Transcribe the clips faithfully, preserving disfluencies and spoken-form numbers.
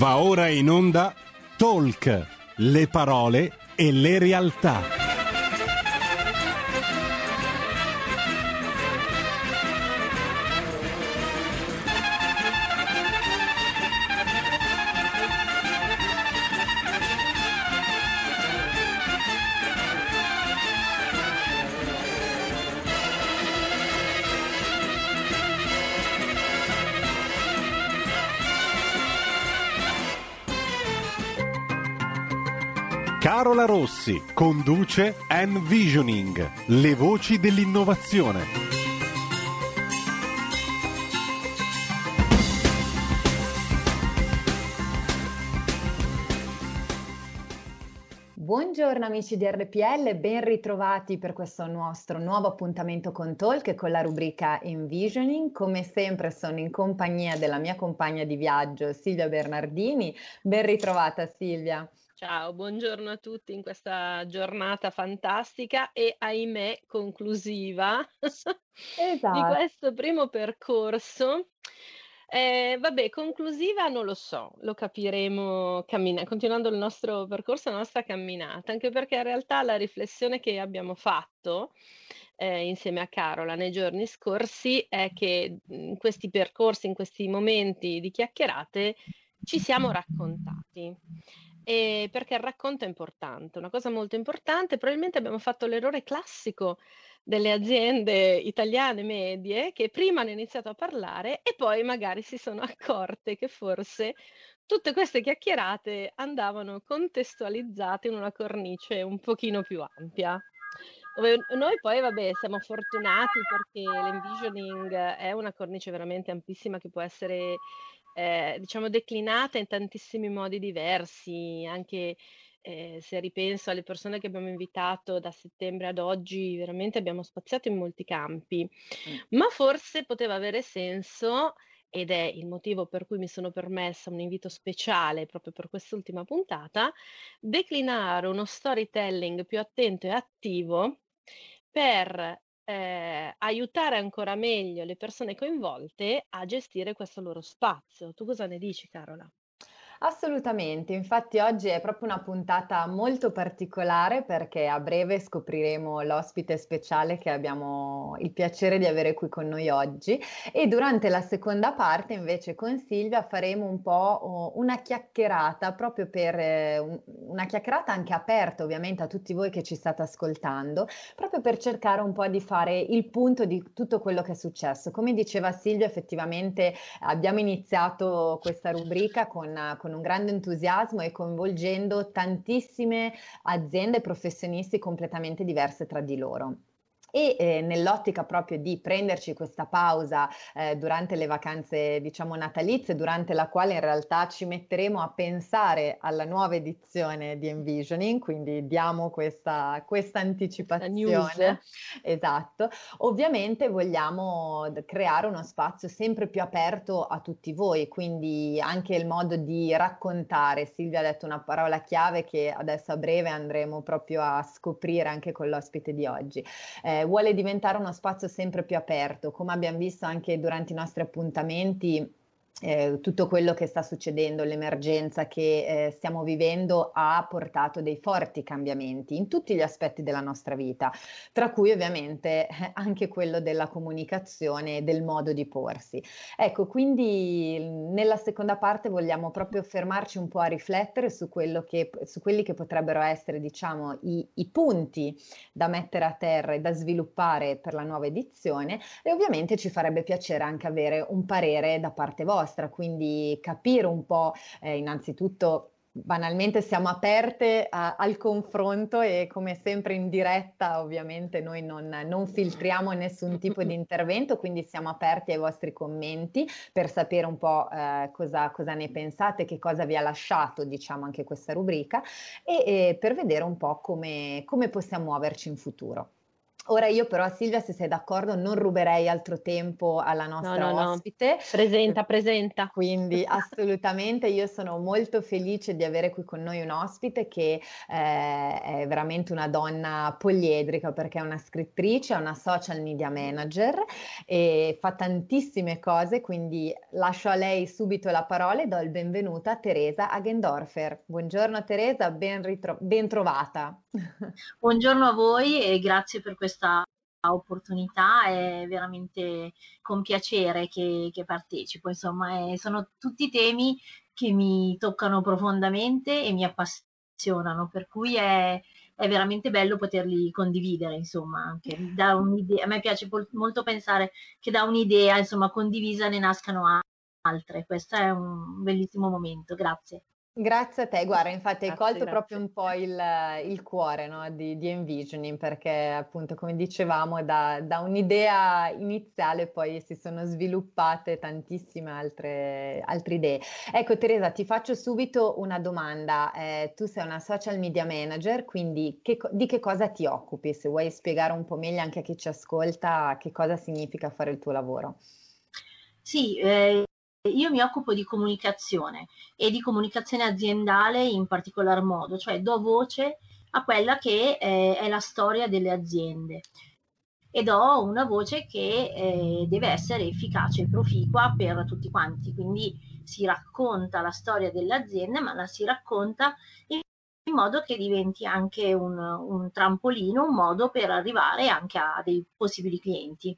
Va ora in onda Talk, le parole e le realtà. Carola Rossi conduce Envisioning, le voci dell'innovazione. Buongiorno amici di R P L, ben ritrovati per questo nostro nuovo appuntamento con Talk e con la rubrica Envisioning. Come sempre sono in compagnia della mia compagna di viaggio Silvia Bernardini. Ben ritrovata Silvia. Ciao, buongiorno a tutti in questa giornata fantastica e ahimè conclusiva Esatto. di questo primo percorso. Eh, vabbè, conclusiva non lo so, lo capiremo cammina- continuando il nostro percorso, la nostra camminata, anche perché in realtà la riflessione che abbiamo fatto eh, insieme a Carola nei giorni scorsi è che in questi percorsi, in questi momenti di chiacchierate, ci siamo raccontati. E perché il racconto è importante, una cosa molto importante. Probabilmente abbiamo fatto l'errore classico delle aziende italiane medie che prima hanno iniziato a parlare e poi magari si sono accorte che forse tutte queste chiacchierate andavano contestualizzate in una cornice un pochino più ampia. Dove noi poi, vabbè, siamo fortunati perché l'envisioning è una cornice veramente ampissima che può essere eh, diciamo declinata in tantissimi modi diversi, anche eh, se ripenso alle persone che abbiamo invitato da settembre ad oggi, veramente abbiamo spaziato in molti campi, Mm. ma forse poteva avere senso, ed è il motivo per cui mi sono permessa un invito speciale proprio per quest'ultima puntata, declinare uno storytelling più attento e attivo per eh, aiutare ancora meglio le persone coinvolte a gestire questo loro spazio. Tu cosa ne dici, Carola? Assolutamente, infatti oggi è proprio una puntata molto particolare perché a breve scopriremo l'ospite speciale che abbiamo il piacere di avere qui con noi oggi e durante la seconda parte invece con Silvia faremo un po' oh, una chiacchierata proprio per eh, un- una chiacchierata anche aperta ovviamente a tutti voi che ci state ascoltando, proprio per cercare un po' di fare il punto di tutto quello che è successo. Come diceva Silvia, effettivamente abbiamo iniziato questa rubrica con, con un grande entusiasmo e coinvolgendo tantissime aziende e professionisti completamente diverse tra di loro. E eh, nell'ottica proprio di prenderci questa pausa eh, durante le vacanze, diciamo, natalizie, durante la quale in realtà ci metteremo a pensare alla nuova edizione di Envisioning, quindi diamo questa, questa Questa news? anticipazione. Esatto. Ovviamente vogliamo d- creare uno spazio sempre più aperto a tutti voi, quindi anche il modo di raccontare. Silvia ha detto una parola chiave che adesso a breve andremo proprio a scoprire anche con l'ospite di oggi. Eh, vuole diventare uno spazio sempre più aperto, come abbiamo visto anche durante i nostri appuntamenti. Eh, tutto quello che sta succedendo, l'emergenza che eh, stiamo vivendo ha portato dei forti cambiamenti in tutti gli aspetti della nostra vita, tra cui ovviamente eh, anche quello della comunicazione e del modo di porsi. Ecco, quindi nella seconda parte vogliamo proprio fermarci un po' a riflettere su quello che, su quelli che potrebbero essere, diciamo, i, i punti da mettere a terra e da sviluppare per la nuova edizione e ovviamente ci farebbe piacere anche avere un parere da parte vostra, quindi capire un po' eh, innanzitutto. Banalmente siamo aperte a- al confronto e come sempre in diretta ovviamente noi non, non filtriamo nessun tipo di intervento, quindi siamo aperti ai vostri commenti per sapere un po' eh, cosa, cosa ne pensate, che cosa vi ha lasciato diciamo anche questa rubrica e, e per vedere un po' come, come possiamo muoverci in futuro. Ora io però Silvia, se sei d'accordo, non ruberei altro tempo alla No, nostra no, no. ospite. Presenta, presenta. Quindi assolutamente io sono molto felice di avere qui con noi un ospite che eh, è veramente una donna poliedrica perché è una scrittrice, è una social media manager e fa tantissime cose, quindi lascio a lei subito la parola e do il benvenuto a Teresa Hagendorfer. Buongiorno Teresa, ben, ritro- ben trovata. Buongiorno a voi e grazie per questa opportunità, è veramente con piacere che, che partecipo, insomma, è- sono tutti temi che mi toccano profondamente e mi appassionano, per cui è, è veramente bello poterli condividere, insomma, anche da un'idea. A me piace pol- molto pensare che da un'idea, insomma, condivisa ne nascano a- altre. Questo è un bellissimo momento, grazie. Grazie a te, guarda, infatti hai Grazie, colto proprio grazie. un po' il, il cuore, no, di, di Envisioning, perché appunto, come dicevamo, da, da un'idea iniziale poi si sono sviluppate tantissime altre, altre idee. Ecco, Teresa, ti faccio subito una domanda. Eh, tu sei una social media manager, quindi che co- di che cosa ti occupi? Se vuoi spiegare un po' meglio anche a chi ci ascolta, che cosa significa fare il tuo lavoro. Sì, eh, io mi occupo di comunicazione e di comunicazione aziendale in particolar modo, cioè do voce a quella che eh, è la storia delle aziende e do una voce che eh, deve essere efficace e proficua per tutti quanti, quindi si racconta la storia dell'azienda, ma la si racconta in in modo che diventi anche un, un trampolino, un modo per arrivare anche a dei possibili clienti.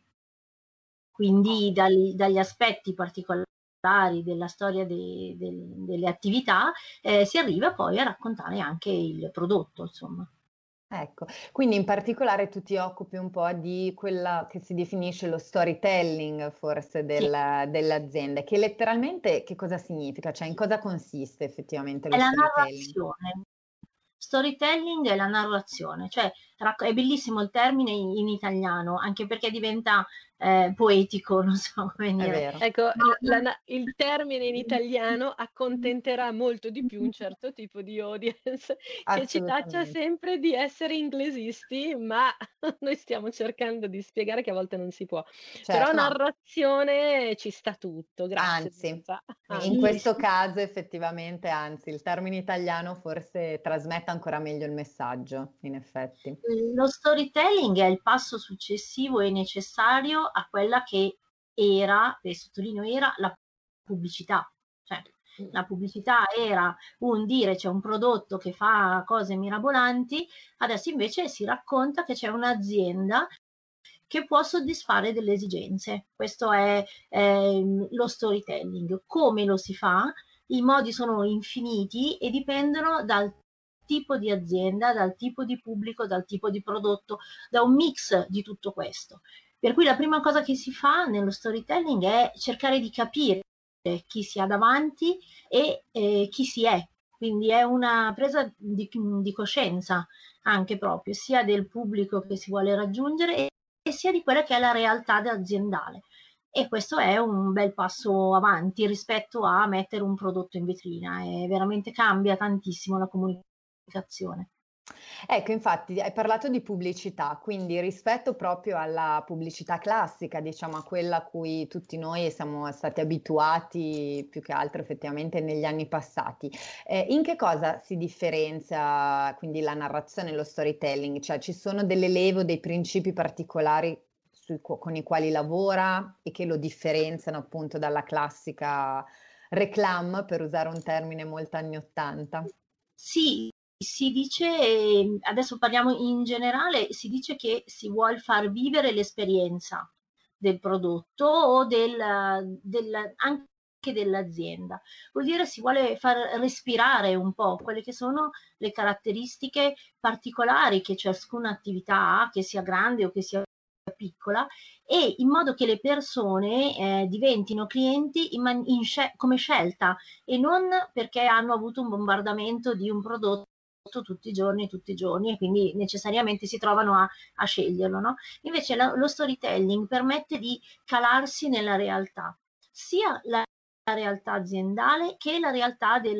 Quindi dal- dagli aspetti particolari della storia de- del- delle attività eh, si arriva poi a raccontare anche il prodotto, insomma. Ecco, quindi in particolare tu ti occupi un po' di quella che si definisce lo storytelling forse Sì. del- delle aziende, che letteralmente che cosa significa? Cioè in cosa consiste effettivamente È lo la storytelling? narrazione. Storytelling è la narrazione, cioè racco- è bellissimo il termine in, in italiano, anche perché diventa eh, poetico, non so come È dire. vero, Ecco, Ma- l la na il termine in italiano accontenterà molto di più un certo tipo di audience che ci taccia assolutamente. sempre di essere inglesisti, ma noi stiamo cercando di spiegare che a volte non si può. Però Certo, no, narrazione ci sta tutto. Grazie anzi, Teresa, in Sì, anzi. questo sì. caso effettivamente, anzi, il termine italiano forse trasmette ancora meglio il messaggio, in effetti. Lo storytelling è il passo successivo e necessario a quella che era, e sottolineo era, la pubblicità. Cioè, la pubblicità era un dire c'è un prodotto che fa cose mirabolanti, adesso invece si racconta che c'è un'azienda che può soddisfare delle esigenze. Questo è ehm, lo storytelling. Come lo si fa? I modi sono infiniti e dipendono dal tipo di azienda, dal tipo di pubblico, dal tipo di prodotto, da un mix di tutto questo. Per cui la prima cosa che si fa nello storytelling è cercare di capire chi si ha davanti e eh, chi si è. Quindi è una presa di, di coscienza anche proprio sia del pubblico che si vuole raggiungere e, e sia di quella che è la realtà aziendale. E questo è un bel passo avanti rispetto a mettere un prodotto in vetrina e veramente cambia tantissimo la comunicazione. Ecco, infatti hai parlato di pubblicità, quindi rispetto proprio alla pubblicità classica, diciamo a quella a cui tutti noi siamo stati abituati più che altro effettivamente negli anni passati, eh, in che cosa si differenzia quindi la narrazione e lo storytelling? Cioè ci sono delle leve o dei principi particolari sui cu- con i quali lavora e che lo differenziano appunto dalla classica reclam, per usare un termine molto anni ottanta? Sì, si dice, ehm, adesso parliamo in generale, si dice che si vuol far vivere l'esperienza del prodotto o del, del- anche dell'azienda. Vuol dire si vuole far respirare un po' quelle che sono le caratteristiche particolari che ciascuna attività ha, che sia grande o che sia piccola, e in modo che le persone eh, diventino clienti in man- in scel- come scelta e non perché hanno avuto un bombardamento di un prodotto tutti i giorni, tutti i giorni e quindi necessariamente si trovano a, a sceglierlo. No? Invece la, lo storytelling permette di calarsi nella realtà, sia la, la realtà aziendale che la realtà del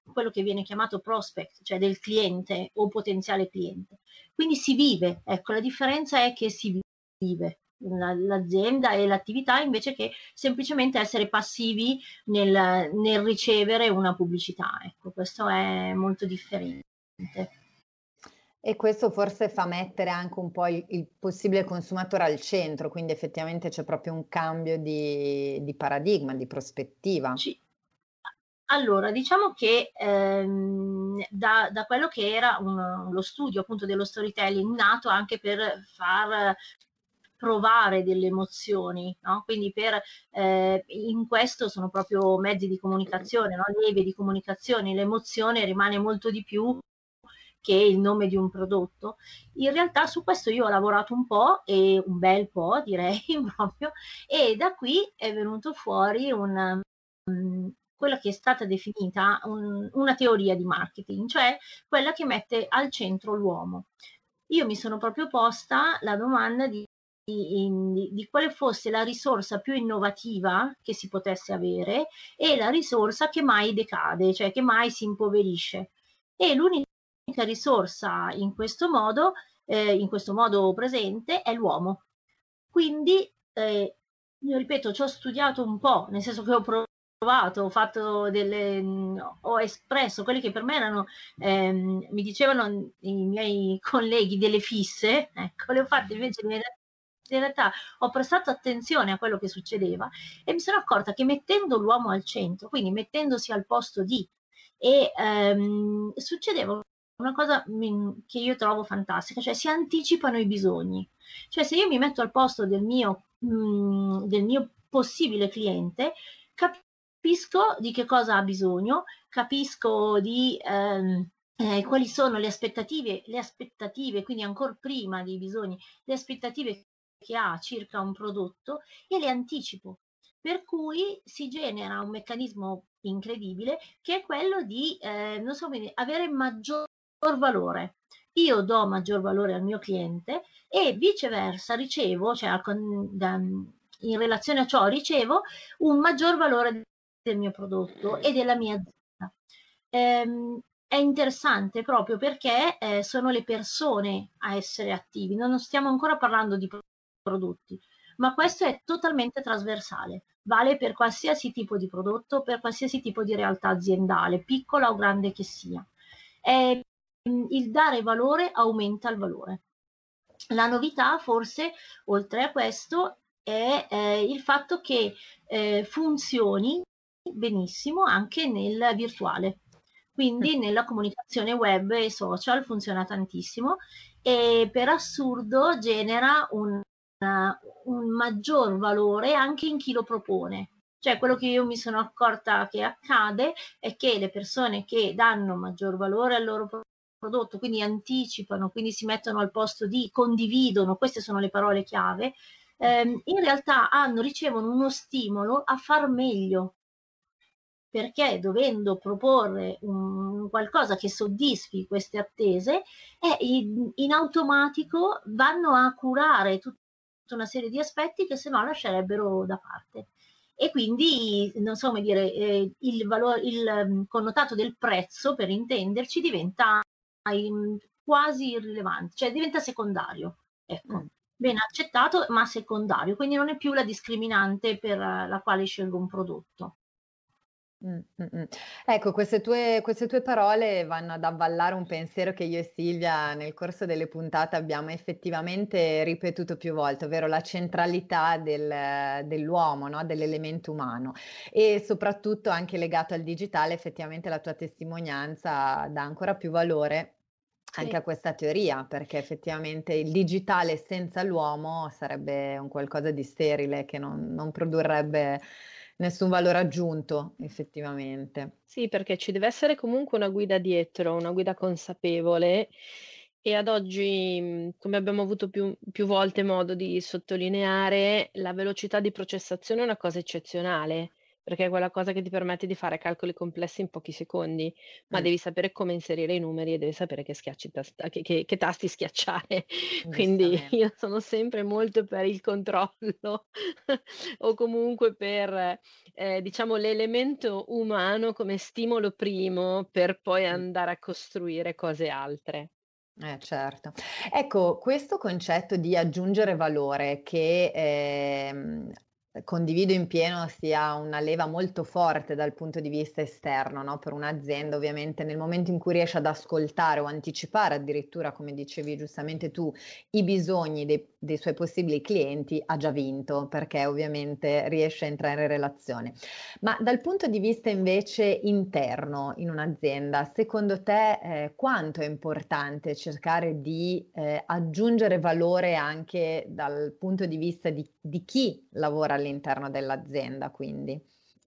quello che viene chiamato prospect, cioè del cliente o potenziale cliente. Quindi si vive, ecco, la differenza è che si vive l'azienda e l'attività invece che semplicemente essere passivi nel, nel ricevere una pubblicità. Ecco, questo è molto differente. E questo forse fa mettere anche un po' il, il possibile consumatore al centro, quindi effettivamente c'è proprio un cambio di, di paradigma, di prospettiva. Ci, allora, diciamo che ehm, da, da quello che era un, lo studio appunto dello storytelling, nato anche per far provare delle emozioni, no? Quindi per, eh, in questo sono proprio mezzi di comunicazione, no? Leve di comunicazione, l'emozione rimane molto di più che il nome di un prodotto. In realtà su questo io ho lavorato un po', e un bel po' direi proprio, e da qui è venuto fuori un, um, quella che è stata definita un, una teoria di marketing, cioè quella che mette al centro l'uomo. Io mi sono proprio posta la domanda di di, di quale fosse la risorsa più innovativa che si potesse avere e la risorsa che mai decade, cioè che mai si impoverisce. E l'unica risorsa in questo modo, eh, in questo modo presente, è l'uomo. Quindi, eh, io ripeto, ci ho studiato un po', nel senso che ho provato, ho fatto delle, ho espresso quelli che per me erano, ehm, mi dicevano i miei colleghi, delle fisse, ecco, le ho fatte invece in realtà ho prestato attenzione a quello che succedeva e mi sono accorta che mettendo l'uomo al centro, quindi mettendosi al posto di, e ehm, succedeva una cosa che io trovo fantastica, cioè si anticipano i bisogni. Cioè se io mi metto al posto del mio, mh, del mio possibile cliente, capisco di che cosa ha bisogno, capisco di ehm, eh, quali sono le aspettative, le aspettative, quindi ancora prima dei bisogni, le aspettative che ha circa un prodotto e le anticipo. Per cui si genera un meccanismo incredibile che è quello di eh, non so, avere maggior valore. Io do maggior valore al mio cliente e viceversa ricevo, cioè in relazione a ciò ricevo un maggior valore del mio prodotto e della mia azienda. Ehm, è interessante proprio perché eh, sono le persone a essere attivi, non stiamo ancora parlando di prodotti, ma questo è totalmente trasversale, vale per qualsiasi tipo di prodotto, per qualsiasi tipo di realtà aziendale, piccola o grande che sia. Eh, il dare valore aumenta il valore. La novità forse, oltre a questo, è eh, il fatto che eh, funzioni benissimo anche nel virtuale. Quindi nella comunicazione web e social funziona tantissimo e per assurdo genera un, un maggior valore anche in chi lo propone. Cioè quello che io mi sono accorta che accade è che le persone che danno maggior valore al loro prodotto, quindi anticipano, quindi si mettono al posto di, condividono, queste sono le parole chiave, ehm, in realtà hanno, ricevono uno stimolo a far meglio, perché dovendo proporre un, qualcosa che soddisfi queste attese, eh, in, in automatico vanno a curare tutta una serie di aspetti che se no lascerebbero da parte. E quindi, non so come dire, eh, il, valore, il connotato del prezzo, per intenderci, diventa in, quasi irrilevante, cioè diventa secondario. Ecco. Mm. Ben accettato, ma secondario, quindi non è più la discriminante per la quale scelgo un prodotto. Mm, mm, mm. Ecco, queste tue, queste tue parole vanno ad avvallare un pensiero che io e Silvia nel corso delle puntate abbiamo effettivamente ripetuto più volte, ovvero la centralità del, dell'uomo, no? Dell'elemento umano, e soprattutto anche legato al digitale. Effettivamente la tua testimonianza dà ancora più valore anche sì. a questa teoria, perché effettivamente il digitale senza l'uomo sarebbe un qualcosa di sterile che non, non produrrebbe nessun valore aggiunto, effettivamente. Sì, perché ci deve essere comunque una guida dietro, una guida consapevole, e ad oggi, come abbiamo avuto più, più volte modo di sottolineare, la velocità di processazione è una cosa eccezionale, perché è quella cosa che ti permette di fare calcoli complessi in pochi secondi, ma mm. devi sapere come inserire i numeri e devi sapere che, schiacci tasta, che, che, che tasti schiacciare. Quindi io sono sempre molto per il controllo o comunque per ehm, diciamo l'elemento umano come stimolo primo per poi Mh. andare a costruire cose altre. Eh certo. Ecco, questo concetto di aggiungere valore che, ehm, condivido in pieno sia una leva molto forte dal punto di vista esterno, no, per un'azienda ovviamente nel momento in cui riesce ad ascoltare o anticipare addirittura, come dicevi giustamente tu, i bisogni dei dei suoi possibili clienti, ha già vinto, perché ovviamente riesce a entrare in relazione. Ma dal punto di vista invece interno in un'azienda, secondo te, ehm, quanto è importante cercare di, ehm, aggiungere valore anche dal punto di vista di di chi lavora all'interno dell'azienda quindi?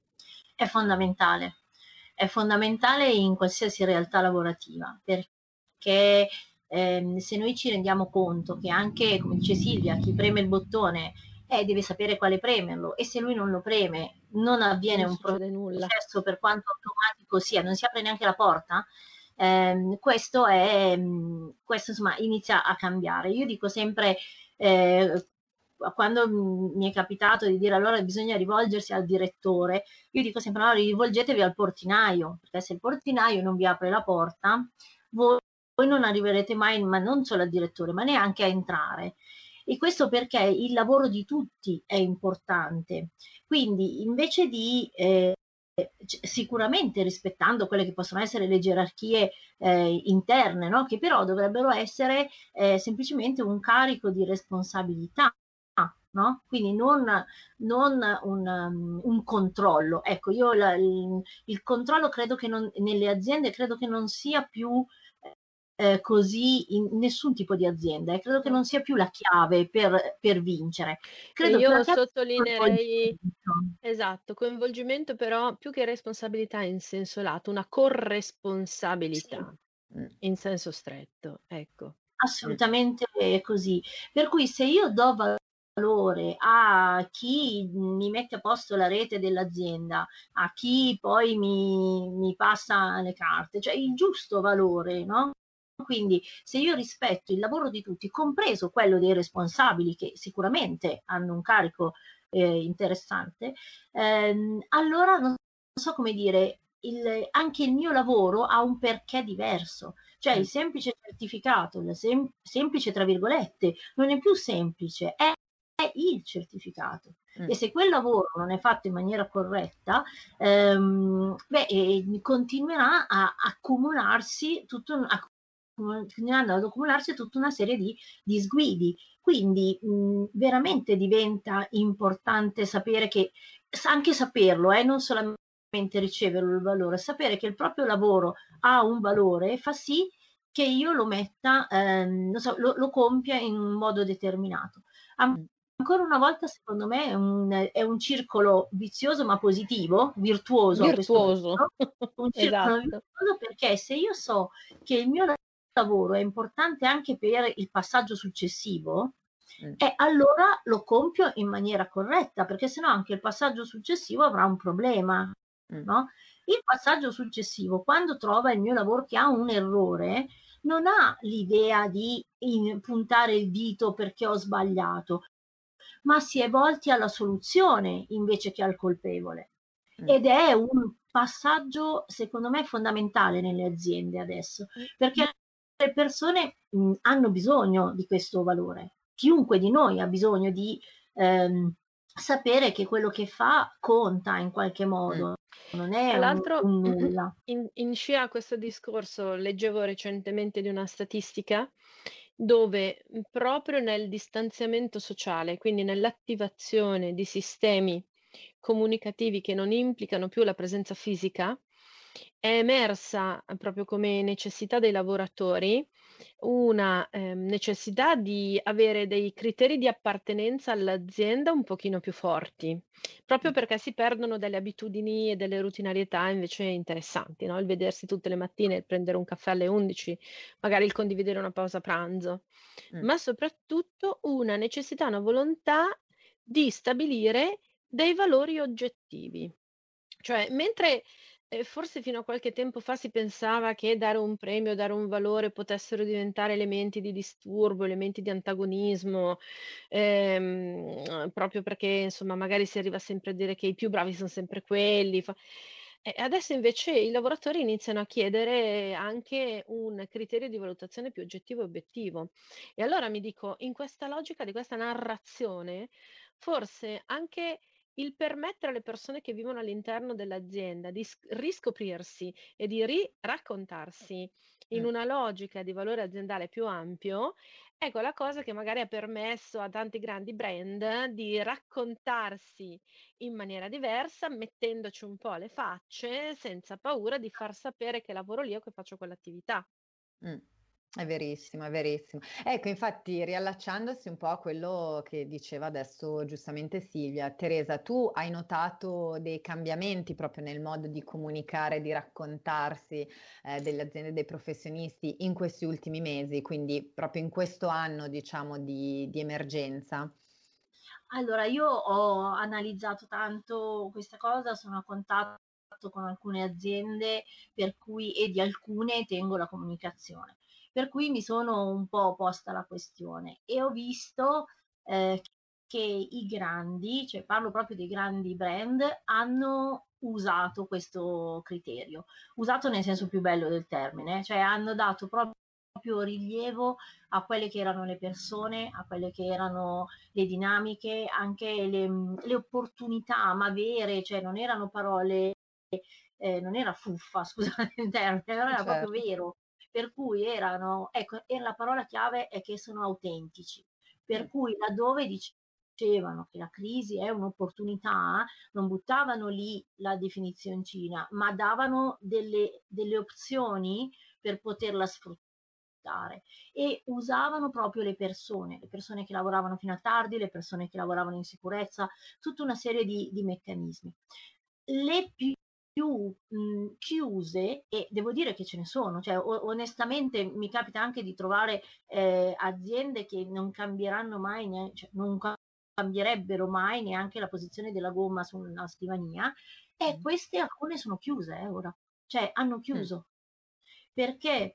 È fondamentale. È fondamentale in qualsiasi realtà lavorativa, perché, ehm, se noi ci rendiamo conto che anche, come dice Silvia, chi preme il bottone, eh, deve sapere quale premerlo e se lui non lo preme non avviene Non un succede nulla. processo per quanto automatico sia, non si apre neanche la porta, ehm, questo è mhmm, questo insomma inizia a cambiare. Io dico sempre, ehm, quando, mhmm, mi è capitato di dire: "Allora bisogna rivolgersi al direttore", io dico sempre: "Allora rivolgetevi al portinaio, perché se il portinaio non vi apre la porta, voi non arriverete mai, ma non solo al direttore, ma neanche a entrare". E questo perché il lavoro di tutti è importante. Quindi invece di, ehm, c sicuramente rispettando quelle che possono essere le gerarchie, ehm, interne, no, che però dovrebbero essere, ehm, semplicemente un carico di responsabilità, no, quindi non non un um, un controllo. Ecco, io la il il controllo credo che non nelle aziende credo che non sia più, ehm, così in nessun tipo di azienda, e credo che No. non sia più la chiave per per vincere. E Credo che la io chiave sia il sottolineerei coinvolgimento. esatto, coinvolgimento però più che responsabilità in senso lato, una Sì. corresponsabilità Mh, in senso stretto, ecco. mh, Assolutamente così. Per cui se io do valore a chi mi mette a posto la rete dell'azienda, a chi poi mi mi passa le carte, cioè il giusto valore, no, quindi se io rispetto il lavoro di tutti, compreso quello dei responsabili che sicuramente hanno un carico, ehm, interessante, ehm, allora non so come dire, il anche il mio lavoro ha un perché diverso. Cioè mh, il semplice certificato, il sem semplice tra virgolette, non è più semplice, è è il certificato. mh. E se quel lavoro non è fatto in maniera corretta, ehm, beh, ehm, continuerà a accumularsi tutto un acc continueranno ad accumularsi tutta una serie di disguidi. Quindi, mhmm, veramente diventa importante sapere che s anche saperlo, eh, non solamente riceverlo il valore, sapere che il proprio lavoro ha un valore fa sì che io lo metta, ehm, non so, lo, lo compia in un modo determinato. An- Mh. Ancora una volta, secondo me, è un, è un circolo vizioso ma positivo, virtuoso a questo Virtuoso, punto, un circolo esatto. virtuoso perché se io so che il mio lavoro è importante anche per il passaggio successivo, Mh, e allora lo compio in maniera corretta, perché sennò anche il passaggio successivo avrà un problema, mh, no? Il passaggio successivo, quando trova il mio lavoro che ha un errore, non ha l'idea di in- puntare il dito perché ho sbagliato, ma si è volti alla soluzione invece che al colpevole. mh. Ed è un passaggio, secondo me, fondamentale nelle aziende adesso, Mh. perché le persone mh, hanno bisogno di questo valore. Chiunque di noi ha bisogno di ehm, sapere che quello che fa conta in qualche Mh. modo, non è Tra un, l'altro, un nulla. in in scia a questo discorso, leggevo recentemente di una statistica dove, mhmm, proprio nel distanziamento sociale, quindi nell'attivazione di sistemi comunicativi che non implicano più la presenza fisica, è emersa, uhm, proprio come necessità dei lavoratori, una, ehm, necessità di avere dei criteri di appartenenza all'azienda un pochino più forti. Proprio perché si perdono delle abitudini e delle routinarietà invece interessanti, no, il vedersi tutte le mattine, il prendere un caffè alle undici, magari il condividere una pausa pranzo, Mh. ma soprattutto una necessità, una volontà di stabilire dei valori oggettivi. Cioè, mentre E forse fino a qualche tempo fa si pensava che dare un premio, dare un valore potessero diventare elementi di disturbo, elementi di antagonismo, ehm, proprio perché insomma magari si arriva sempre a dire che i più bravi son sempre quelli, fa e adesso invece i lavoratori iniziano a chiedere anche un criterio di valutazione più oggettivo e obiettivo. E allora mi dico, in questa logica di questa narrazione, forse anche il permettere alle persone che vivono all'interno dell'azienda di sc riscoprirsi e di ri-raccontarsi in Mh. una logica di valore aziendale più ampio, è quella cosa che magari ha permesso a tanti grandi brand di raccontarsi in maniera diversa, mettendoci un po' le facce, senza paura di far sapere che lavoro lì o che faccio quell'attività. Mh. È verissimo, è verissimo. Ecco, infatti riallacciandosi un po' a quello che diceva adesso giustamente Silvia, Teresa, tu hai notato dei cambiamenti proprio nel modo di comunicare, di raccontarsi, ehm, delle aziende, dei professionisti in questi ultimi mesi, quindi proprio in questo anno diciamo di di emergenza? Allora, io ho analizzato tanto questa cosa, sono a contatto con alcune aziende per cui e di alcune tengo la comunicazione. Per cui mi sono un po' posta la questione e ho visto eh, che i grandi, cioè parlo proprio dei grandi brand, hanno usato questo criterio, usato nel senso più bello del termine, cioè hanno dato proprio rilievo a quelle che erano le persone, a quelle che erano le dinamiche, anche le, le opportunità, ma vere, cioè non erano parole, eh, non era fuffa, scusate il termine, però era proprio Certo. vero. Per cui erano, ecco, e la parola chiave è che sono autentici. Per Mh. cui laddove dicevano che la crisi è un'opportunità, non buttavano lì la definizioncina, ma davano delle, delle opzioni per poterla sfruttare e usavano proprio le persone, le persone che lavoravano fino a tardi, le persone che lavoravano in sicurezza, tutta una serie di, di meccanismi. Le più più mh, chiuse, e devo dire che ce ne sono, cioè o- onestamente mi capita anche di trovare eh, aziende che non cambieranno mai, ne- cioè non cambierebbero mai neanche la posizione della gomma su una scrivania, e Mh. queste alcune sono chiuse eh, ora, cioè hanno Mh. chiuso perché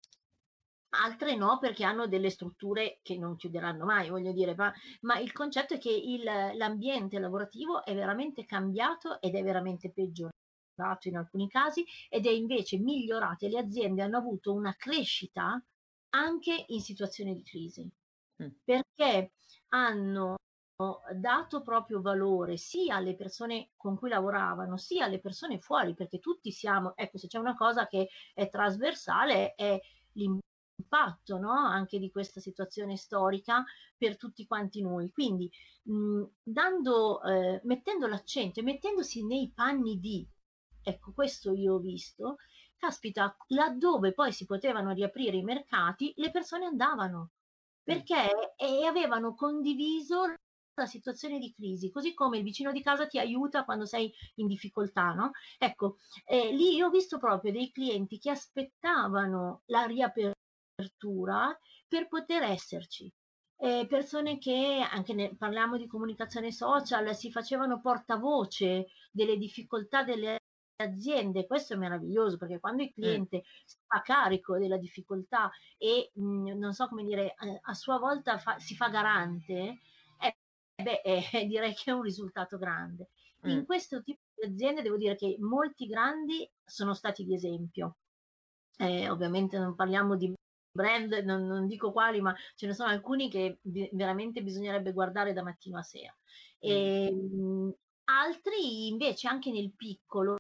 altre no, perché hanno delle strutture che non chiuderanno mai, voglio dire, ma, ma il concetto è che il, l'ambiente lavorativo è veramente cambiato ed è veramente peggiorato in alcuni casi ed è invece migliorato e le aziende hanno avuto una crescita anche in situazioni di crisi, Mh. perché hanno dato proprio valore sia alle persone con cui lavoravano, sia alle persone fuori, perché tutti siamo, ecco, se c'è una cosa che è trasversale è l'impatto, no? Anche di questa situazione storica per tutti quanti noi. Quindi mh, dando, eh, mettendo l'accento e mettendosi nei panni di, ecco, questo io ho visto, caspita, laddove poi si potevano riaprire i mercati, le persone andavano Mh. perché e avevano condiviso la situazione di crisi, così come il vicino di casa ti aiuta quando sei in difficoltà, no? Ecco, eh, lì io ho visto proprio dei clienti che aspettavano la riapertura per poter esserci. Eh, persone che, anche ne, parliamo di comunicazione social, si facevano portavoce delle difficoltà delle aziende. Questo è meraviglioso perché quando il Mh. cliente si fa carico della difficoltà e mh, non so come dire, eh, a sua volta fa, si fa garante, eh, beh, eh, direi che è un risultato grande. Mh. In questo tipo di aziende devo dire che molti grandi sono stati di esempio. Eh, ovviamente non parliamo di brand, non, non dico quali, ma ce ne sono alcuni che vi- veramente bisognerebbe guardare da mattino a sera. Mh. E, mh, altri invece anche nel piccolo,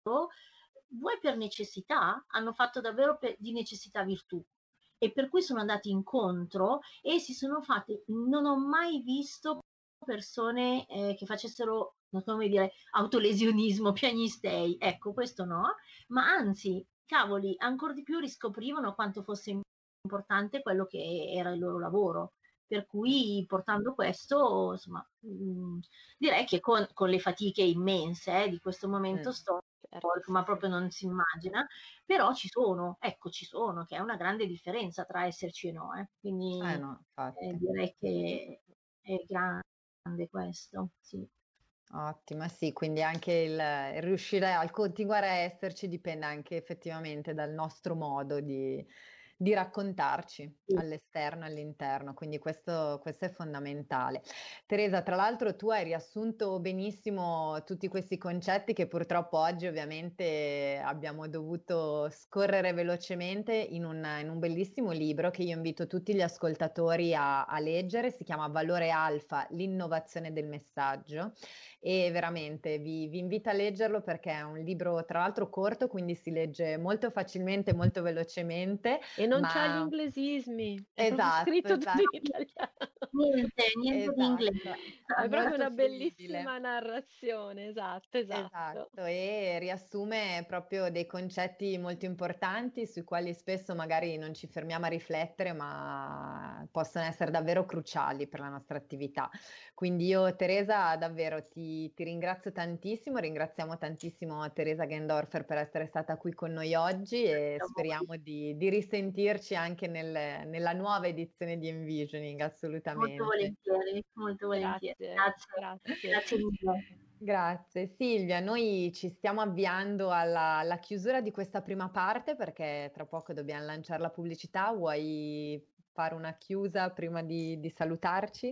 vuoi per necessità, hanno fatto davvero per, di necessità virtù e per cui sono andati incontro e si sono fatti, non ho mai visto persone eh, che facessero, non so come dire, autolesionismo, piagnistei, ecco, questo no, ma anzi, cavoli, ancora di più riscoprivano quanto fosse importante quello che era il loro lavoro. Per Mh. cui portando questo, insomma, mh, direi che con, con le fatiche immense eh, di questo Mh. momento storico, Certo, sì, ma sì. proprio non si immagina, però ci sono, ecco, ci sono, che è una grande differenza tra esserci e no. Eh. Eh Quindi no, eh, infatti. direi che è grande questo, sì. Ottimo, sì, quindi anche il, il riuscire a continuare a esserci dipende anche effettivamente dal nostro modo di, di raccontarci Sì. all'esterno e all'interno, quindi questo, questo è fondamentale. Teresa, tra l'altro tu hai riassunto benissimo tutti questi concetti che purtroppo oggi ovviamente abbiamo dovuto scorrere velocemente in un, in un bellissimo libro che io invito tutti gli ascoltatori a, a leggere, si chiama Valore Alfa, l'innovazione del messaggio. E veramente vi, vi invito a leggerlo perché è un libro tra l'altro corto, quindi si legge molto facilmente, molto velocemente, E non c'ha gli ma inglesismi, è proprio esatto, scritto tutto in esatto, italiano. Niente, niente di inglese. esatto, È proprio molto una fruibile. bellissima narrazione, esatto, esatto. Esatto, e riassume proprio dei concetti molto importanti sui quali spesso magari non ci fermiamo a riflettere, ma possono essere davvero cruciali per la nostra attività. Quindi io, Teresa, davvero ti, ti ringrazio tantissimo, ringraziamo tantissimo Teresa Gendorfer per essere stata qui con noi oggi e A voi. speriamo di, di risentirci anche nel- nella nuova edizione di Envisioning, Molto assolutamente. volentieri, molto volentieri. Grazie, Grazie, grazie. grazie mille. Grazie Silvia, noi ci stiamo avviando alla, alla chiusura di questa prima parte perché tra poco dobbiamo lanciare la pubblicità. Vuoi fare una chiusa prima di, di salutarci?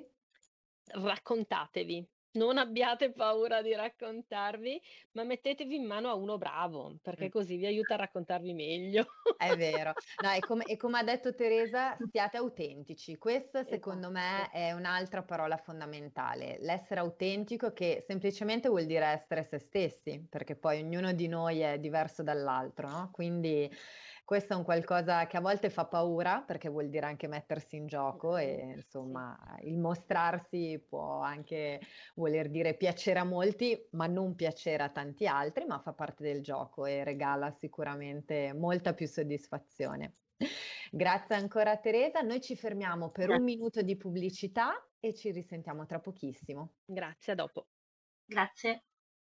Raccontatevi, non abbiate paura di raccontarvi, ma mettetevi in mano a uno bravo, perché Mm. così vi aiuta a raccontarvi meglio. È vero, no, e come, e come ha detto Teresa, siate autentici. Questa secondo me Esatto. è un'altra parola fondamentale, l'essere autentico che semplicemente vuol dire essere se stessi, perché poi ognuno di noi è diverso dall'altro, no? Quindi questo è un qualcosa che a volte fa paura, perché vuol dire anche mettersi in gioco e Sì. insomma il mostrarsi può anche voler dire piacere a molti, ma non piacere a tanti altri, ma fa parte del gioco e regala sicuramente molta più soddisfazione. Grazie ancora Teresa, noi ci fermiamo per un Grazie. minuto di pubblicità e ci risentiamo tra pochissimo. Grazie, a dopo. Grazie.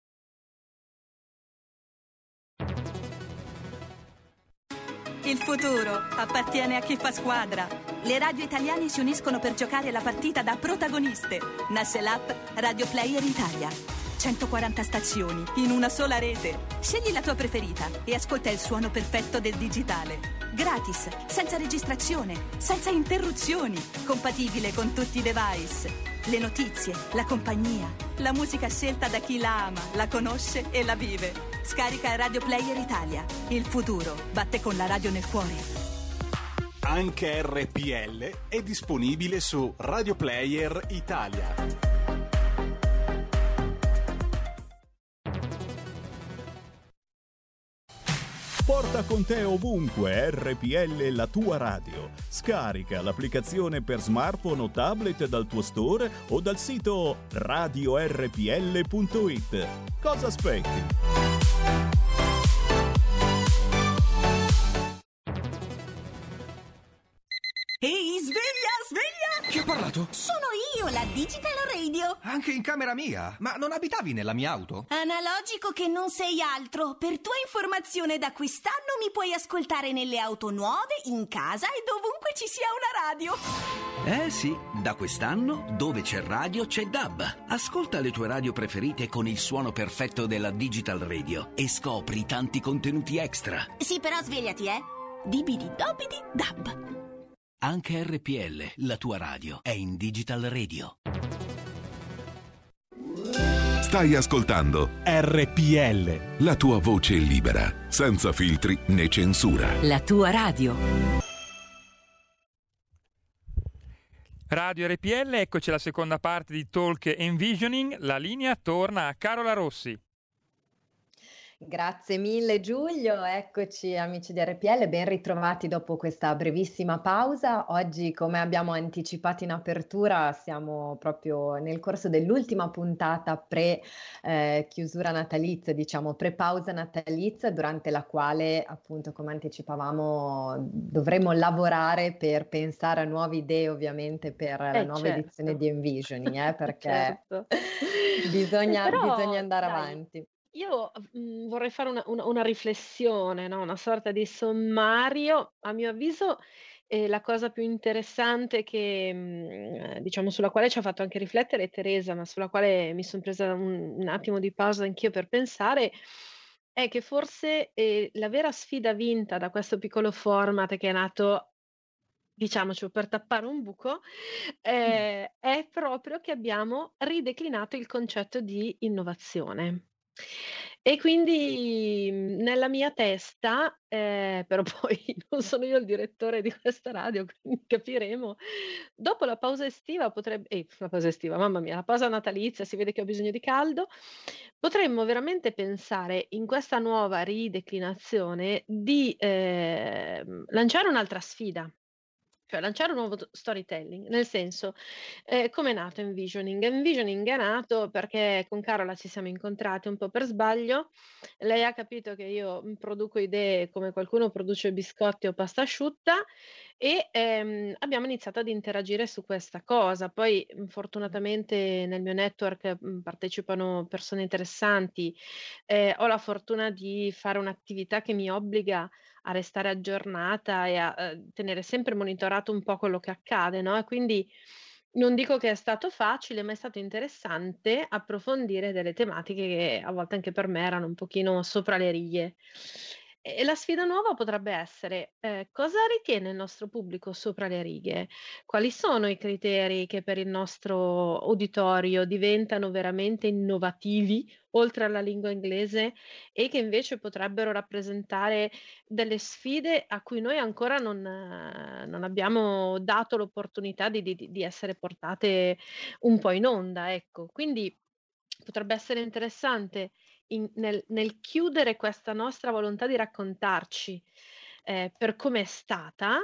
Il futuro appartiene a chi fa squadra. Le radio italiane si uniscono per giocare la partita da protagoniste. Nasce l'app Radio Player Italia. centoquaranta stazioni in una sola rete. Scegli la tua preferita e ascolta il suono perfetto del digitale. Gratis, senza registrazione, senza interruzioni, compatibile con tutti i device. Le notizie, la compagnia, la musica scelta da chi la ama, la conosce e la vive. Scarica Radio Player Italia. Il futuro batte con la radio nel cuore. Anche R P L è disponibile su Radio Player Italia. Porta con te ovunque R P L, la tua radio. Scarica l'applicazione per smartphone o tablet dal tuo store o dal sito radio r p l punto i t. Cosa aspetti? Ehi, sveglia, sveglia! Chi ha parlato? Sono io, la Digital Radio. Anche in camera mia? Ma non abitavi nella mia auto? Analogico che non sei altro. Per tua informazione, da quest'anno mi puoi ascoltare nelle auto nuove, in casa e dovunque ci sia una radio. Eh sì, da quest'anno dove c'è radio c'è D A B. Ascolta le tue radio preferite con il suono perfetto della Digital Radio e scopri tanti contenuti extra. Sì, però svegliati, eh. Dibidi dobidi dab. Anche R P L, la tua radio, è in Digital Radio. Stai ascoltando R P L, la tua voce libera, senza filtri né censura. La tua radio. Radio R P L, eccoci alla seconda parte di Talk Envisioning. La linea torna a Carola Rossi. Grazie mille Giulio, eccoci amici di R P L, ben ritrovati dopo questa brevissima pausa. Oggi, come abbiamo anticipato in apertura, siamo proprio nel corso dell'ultima puntata pre eh, chiusura natalizia, diciamo pre-pausa natalizia, durante la quale appunto, come anticipavamo, dovremo lavorare per pensare a nuove idee ovviamente per la Eh, nuova certo. edizione di Envisioning, eh, perché Certo. bisogna, Però, bisogna andare dai, avanti. Io mh, vorrei fare una, una- una riflessione, no? Una sorta di sommario. A mio avviso, e la cosa più interessante che, mhmm, diciamo sulla quale ci ha fatto anche riflettere Teresa, ma sulla quale mi son presa un un attimo di pausa anch'io per pensare, è che forse, ehm, la vera sfida vinta da questo piccolo format che è nato, diciamocelo, per tappare un buco, ehm, è proprio che abbiamo rideclinato il concetto di innovazione. E quindi, mhmm, nella mia testa, ehm, però poi non sono io il direttore di questa radio, quindi capiremo, dopo la pausa estiva potreb eh, la pausa estiva, mamma mia, la pausa natalizia, si vede che ho bisogno di caldo, potremmo veramente pensare in questa nuova rideclinazione di, ehm, lanciare un'altra sfida. Cioè lanciare un nuovo t storytelling, nel senso, ehm, com'è nato Envisioning? Envisioning è nato perché con Carola ci siamo incontrati un po' per sbaglio, lei ha capito che io, mhmm, produco idee come qualcuno produce biscotti o pasta asciutta e, ehm, abbiamo iniziato ad interagire su questa cosa. Poi, mhmm, fortunatamente nel mio network, mhmm, partecipano persone interessanti, ehm, ho la fortuna di fare un'attività che mi obbliga a restare aggiornata e a, uhm, tenere sempre monitorato un po' quello che accade, no, e quindi non dico che è stato facile, ma è stato interessante approfondire delle tematiche che a volte anche per me erano un pochino sopra le righe. E la sfida nuova potrebbe essere, ehm, cosa ritiene il nostro pubblico sopra le righe? Quali sono i criteri che per il nostro uditorio diventano veramente innovativi, oltre alla lingua inglese, e che invece potrebbero rappresentare delle sfide a cui noi ancora non non abbiamo dato l'opportunità di di di essere portate un po' in onda, ecco. Quindi potrebbe essere interessante in nel nel chiudere questa nostra volontà di raccontarci, ehm, per come è stata,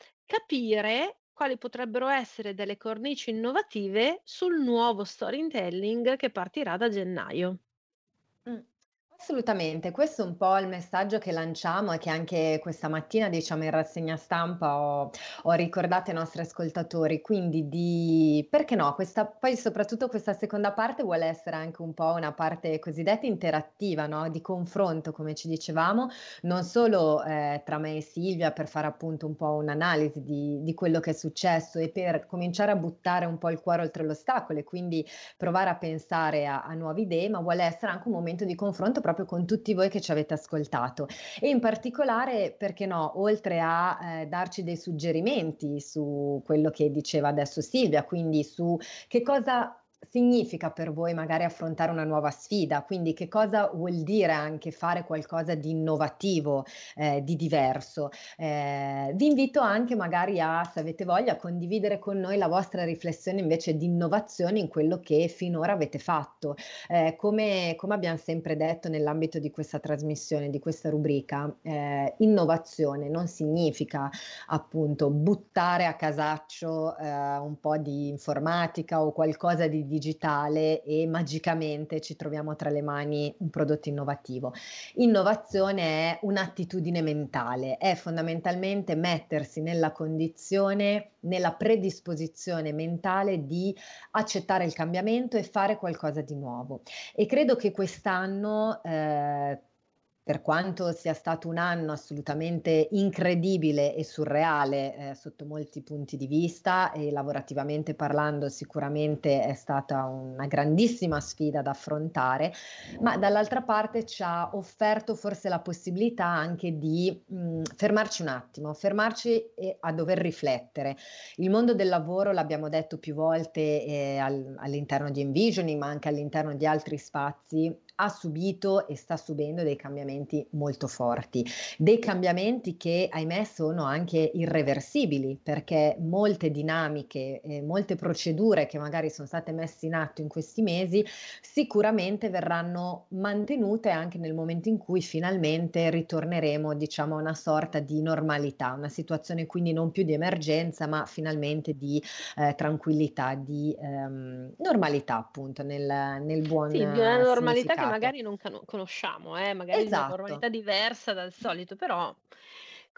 capire quali potrebbero essere delle cornici innovative sul nuovo storytelling che partirà da gennaio. Mh, assolutamente. Questo è un po' il messaggio che lanciamo e che anche questa mattina, diciamo, in rassegna stampa ho ho ricordato ai nostri ascoltatori, quindi di perché no, questa poi soprattutto questa seconda parte vuole essere anche un po' una parte cosiddetta interattiva, no, di confronto, come ci dicevamo, non solo, ehm, tra me e Silvia per fare appunto un po' un'analisi di di quello che è successo e per cominciare a buttare un po' il cuore oltre l'ostacolo e quindi provare a pensare a a nuove idee, ma vuole essere anche un momento di confronto proprio con tutti voi che ci avete ascoltato. E in particolare, perché no, oltre a, ehm, darci dei suggerimenti su quello che diceva adesso Silvia, quindi su che cosa significa per voi magari affrontare una nuova sfida, quindi che cosa vuol dire anche fare qualcosa di innovativo, ehm, di diverso. Ehm, vi invito anche magari a, se avete voglia, a condividere con noi la vostra riflessione invece di innovazione in quello che finora avete fatto. Ehm, come come abbiam sempre detto nell'ambito di questa trasmissione, di questa rubrica, ehm, innovazione non significa appunto buttare a casaccio, ehm, un po' di informatica o qualcosa di digitale e magicamente ci troviamo tra le mani un prodotto innovativo. Innovazione è un'attitudine mentale, è fondamentalmente mettersi nella condizione, nella predisposizione mentale di accettare il cambiamento e fare qualcosa di nuovo. E credo che quest'anno, ehm, per quanto sia stato un anno assolutamente incredibile e surreale, ehm, sotto molti punti di vista e lavorativamente parlando sicuramente è stata una grandissima sfida da affrontare, ma dall'altra parte ci ha offerto forse la possibilità anche di, mhmm, fermarci un attimo, fermarci e a dover riflettere. Il mondo del lavoro, l'abbiamo detto più volte, ehm, al all'interno di Envisioning, ma anche all'interno di altri spazi, ha subito e sta subendo dei cambiamenti molto forti. Dei cambiamenti che, ahimè, sono anche irreversibili, perché molte dinamiche e molte procedure che magari sono state messe in atto in questi mesi, sicuramente verranno mantenute anche nel momento in cui finalmente ritorneremo, diciamo, a una sorta di normalità, una situazione quindi non più di emergenza, ma finalmente di, ehm, tranquillità, di, ehm, normalità appunto nel nel buon Sì, di una normalità che significato. magari non cano conosciamo, eh, magari di una Esatto. normalità diversa dal solito, però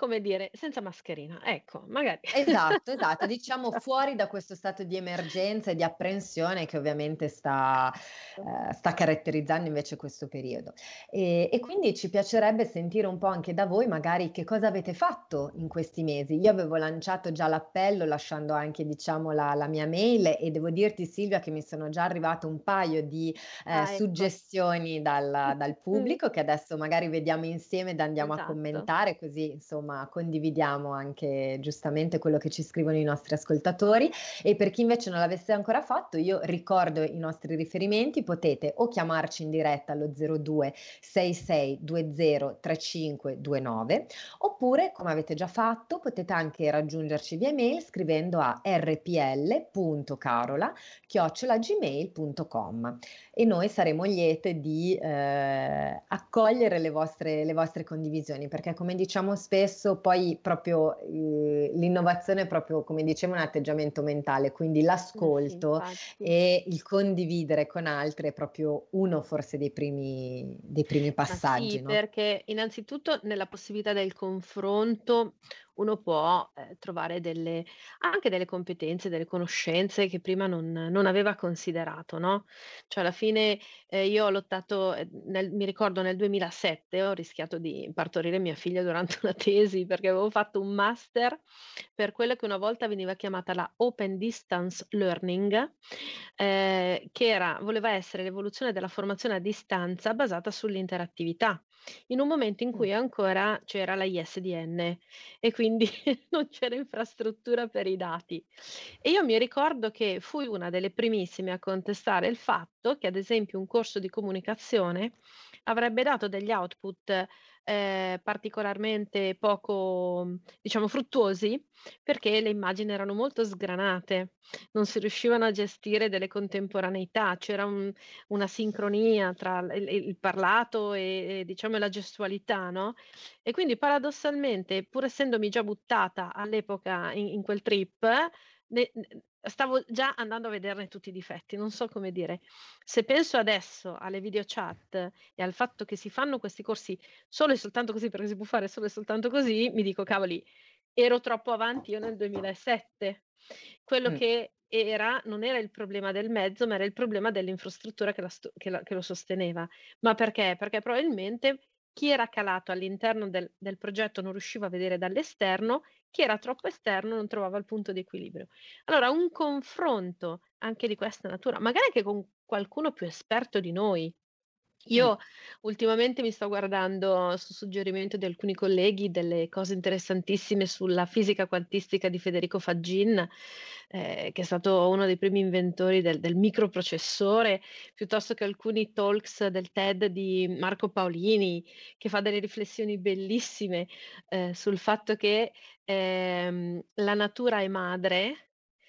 come dire, senza mascherina, ecco, magari. Esatto, esatto, diciamo fuori da questo stato di emergenza e di apprensione che ovviamente sta, eh, sta caratterizzando invece questo periodo. E, e quindi ci piacerebbe sentire un po' anche da voi magari che cosa avete fatto in questi mesi. Io avevo lanciato già l'appello lasciando anche diciamo la, la mia mail e devo dirti Silvia che mi sono già arrivate un paio di eh, Ah, ecco. suggestioni dal, dal pubblico che adesso magari vediamo insieme ed andiamo a Esatto. commentare, così insomma condividiamo anche giustamente quello che ci scrivono i nostri ascoltatori. E per chi invece non l'avesse ancora fatto, io ricordo i nostri riferimenti: potete o chiamarci in diretta allo zero due sei sei due zero tre cinque due nove, oppure come avete già fatto potete anche raggiungerci via mail scrivendo a rpl.carola chiocciola gmail punto com e noi saremo liete di eh, accogliere le vostre, le vostre condivisioni, perché come diciamo spesso poi proprio eh, l'innovazione è proprio, come dicevo, un atteggiamento mentale, quindi l'ascolto Eh sì, e il condividere con altri è proprio uno forse dei primi, dei primi passaggi. Sì, no? Perché innanzitutto nella possibilità del confronto uno può eh, trovare delle, anche delle competenze, delle conoscenze che prima non, non aveva considerato, no? Cioè alla fine eh, io ho lottato, eh, nel- mi ricordo nel duemilasette ho rischiato di partorire mia figlia durante una tesi perché avevo fatto un master per quella che una volta veniva chiamata la Open Distance Learning, eh, che era, voleva essere l'evoluzione della formazione a distanza basata sull'interattività, in un momento in cui ancora c'era la I S D N e quindi non c'era infrastruttura per i dati. E io mi ricordo che fui una delle primissime a contestare il fatto che, ad esempio, un corso di comunicazione avrebbe dato degli output eh, particolarmente poco, diciamo, fruttuosi perché le immagini erano molto sgranate, non si riuscivano a gestire delle contemporaneità, c'era un- una sincronia tra il, il parlato e, e, diciamo, la gestualità, no? E quindi paradossalmente, pur essendomi già buttata all'epoca in, in quel trip, ne- ne- stavo già andando a vederne tutti i difetti, non so come dire. Se penso adesso alle video chat e al fatto che si fanno questi corsi solo e soltanto così, perché si può fare solo e soltanto così, mi dico, cavoli, ero troppo avanti io nel duemilasette. Quello Mm. che era, non era il problema del mezzo, ma era il problema dell'infrastruttura che, la sto- che la- che lo sosteneva. Ma perché? Perché probabilmente chi era calato all'interno del, del progetto non riusciva a vedere dall'esterno, chi era troppo esterno non trovava il punto di equilibrio. Allora, un confronto anche di questa natura, magari anche con qualcuno più esperto di noi. Io ultimamente mi sto guardando, su suggerimento di alcuni colleghi, delle cose interessantissime sulla fisica quantistica di Federico Faggin, eh, che è stato uno dei primi inventori del, del microprocessore, piuttosto che alcuni talks del TED di Marco Paolini, che fa delle riflessioni bellissime eh, sul fatto che ehm, la natura è madre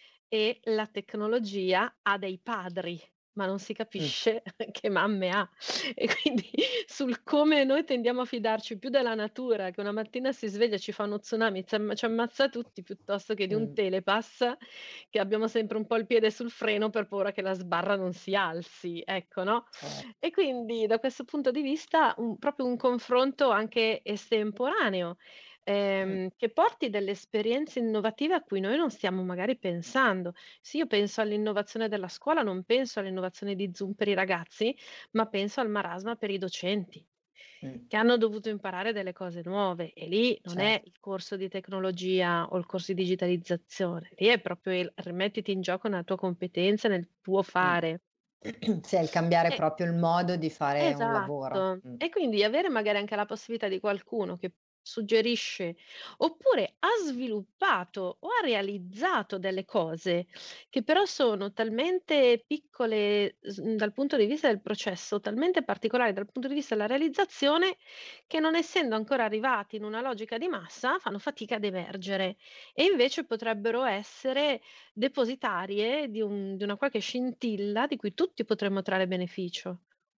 e la tecnologia ha dei padri, ma non si Mm. capisce che mamme ha. E quindi sul come noi tendiamo a fidarci più della natura, che una mattina si sveglia e ci fa uno tsunami, ci am- ci ammazza tutti, piuttosto che di un Mm. telepass che abbiamo sempre un po' il piede sul freno per paura che la sbarra non si alzi, ecco, no? Certo. E quindi da questo punto di vista un- proprio un confronto anche estemporaneo, Mm. ehm, che porti delle esperienze innovative a cui noi non stiamo magari pensando. Sì, io penso all'innovazione della scuola, non penso all'innovazione di Zoom per i ragazzi, ma penso al marasma per i docenti Mm. che hanno dovuto imparare delle cose nuove e lì non è Certo. il corso di tecnologia o il corso di digitalizzazione, lì è proprio il rimettiti in gioco nella tua competenza, nel tuo fare. Sì, è il cambiare E- proprio il modo di fare un lavoro. Esatto, Mm. e quindi avere magari anche la possibilità di qualcuno che suggerisce oppure ha sviluppato o ha realizzato delle cose che però sono talmente piccole s- mh, dal punto di vista del processo, talmente particolari dal punto di vista della realizzazione, che non essendo ancora arrivati in una logica di massa fanno fatica ad emergere e invece potrebbero essere depositarie di, un- di una qualche scintilla di cui tutti potremmo trarre beneficio.